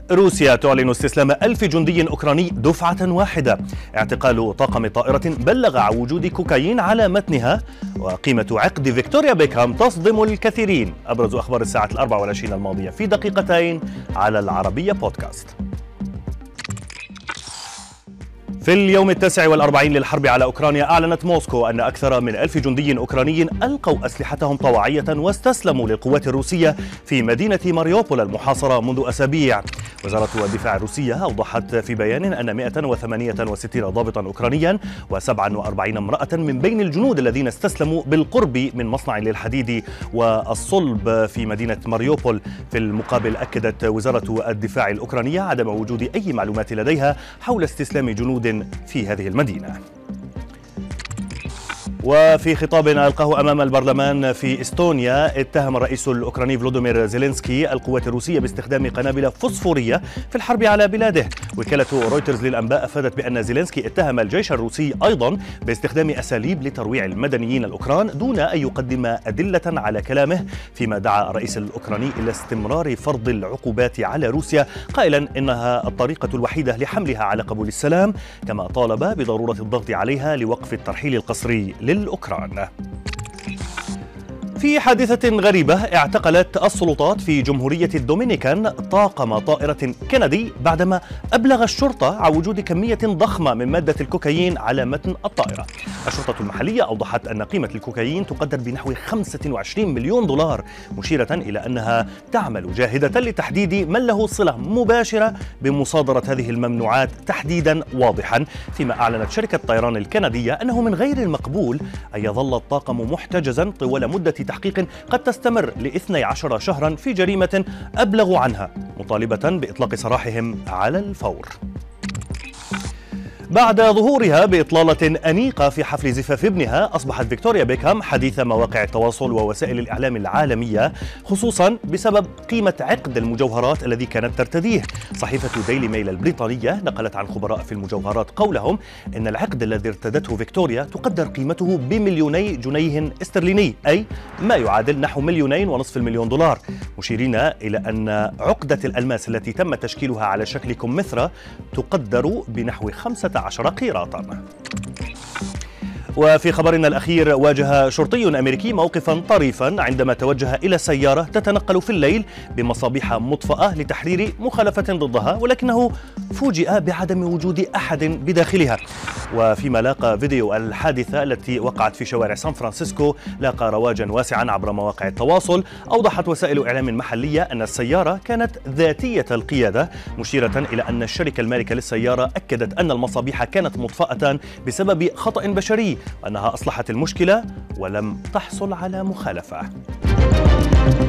روسيا تعلن استسلام 1000 جندي أوكراني دفعة واحدة. اعتقال طاقم طائرة بلغ عن وجود كوكايين على متنها. وقيمة عقد فيكتوريا بيكهام تصدم الكثيرين. أبرز أخبار الساعة 24 الماضية في دقيقتين على العربية بودكاست. في اليوم 49 للحرب على أوكرانيا أعلنت موسكو أن أكثر من 1000 جندي أوكراني ألقوا أسلحتهم طواعية واستسلموا للقوات الروسية في مدينة ماريوبول المحاصرة منذ أسابيع. وزارة الدفاع الروسية أوضحت في بيان أن 168 ضابطا أوكرانيا و47 امرأة من بين الجنود الذين استسلموا بالقرب من مصنع للحديد والصلب في مدينة ماريوبول. في المقابل أكدت وزارة الدفاع الأوكرانية عدم وجود أي معلومات لديها حول استسلام جنود في هذه المدينة. وفي خطاب ألقاه أمام البرلمان في إستونيا اتهم الرئيس الأوكراني فلوديمير زيلينسكي القوات الروسية باستخدام قنابل فوسفورية في الحرب على بلاده. وكالة رويترز للأنباء أفادت بأن زيلينسكي اتهم الجيش الروسي أيضا باستخدام أساليب لترويع المدنيين الأوكران دون أن يقدم أدلة على كلامه، فيما دعا الرئيس الأوكراني إلى استمرار فرض العقوبات على روسيا قائلا إنها الطريقة الوحيدة لحملها على قبول السلام، كما طالب بضرورة الضغط عليها لوقف الترحيل القسري للأوكران. في حادثة غريبة اعتقلت السلطات في جمهورية الدومينيكان طاقم طائرة كندي بعدما أبلغ الشرطة عن وجود كمية ضخمة من مادة الكوكايين على متن الطائرة. الشرطة المحلية أوضحت أن قيمة الكوكايين تقدر بنحو 25 مليون دولار، مشيرة إلى أنها تعمل جاهدة لتحديد من له صلة مباشرة بمصادرة هذه الممنوعات تحديدا واضحا، فيما أعلنت شركة الطيران الكندية أنه من غير المقبول أن يظل الطاقم محتجزا طوال مدة تحقيق قد تستمر ل12 شهرا في جريمة أبلغوا عنها، مطالبة بإطلاق سراحهم على الفور. بعد ظهورها بإطلالة أنيقة في حفل زفاف ابنها، أصبحت فيكتوريا بيكهام حديث مواقع التواصل ووسائل الإعلام العالمية، خصوصا بسبب قيمة عقد المجوهرات الذي كانت ترتديه. صحيفة ديلي ميل البريطانية نقلت عن خبراء في المجوهرات قولهم إن العقد الذي ارتدته فيكتوريا تقدر قيمته ب2 جنيه استرليني، أي ما يعادل نحو 2.5 مليون دولار، مشيرين إلى أن عقدة الألماس التي تم تشكيلها على شكل كمثرى تقدر بنحو 15 قيراطا. وفي خبرنا الأخير، واجه شرطي أمريكي موقفا طريفا عندما توجه إلى سيارة تتنقل في الليل بمصابيح مطفأة لتحرير مخالفة ضدها، ولكنه فوجئ بعدم وجود أحد بداخلها. وفيما لاقى فيديو الحادثة التي وقعت في شوارع سان فرانسيسكو لاقى رواجا واسعا عبر مواقع التواصل، أوضحت وسائل إعلام محلية أن السيارة كانت ذاتية القيادة، مشيرة إلى أن الشركة المالكة للسيارة أكدت أن المصابيح كانت مطفأة بسبب خطأ بشري، وأنها أصلحت المشكلة ولم تحصل على مخالفة.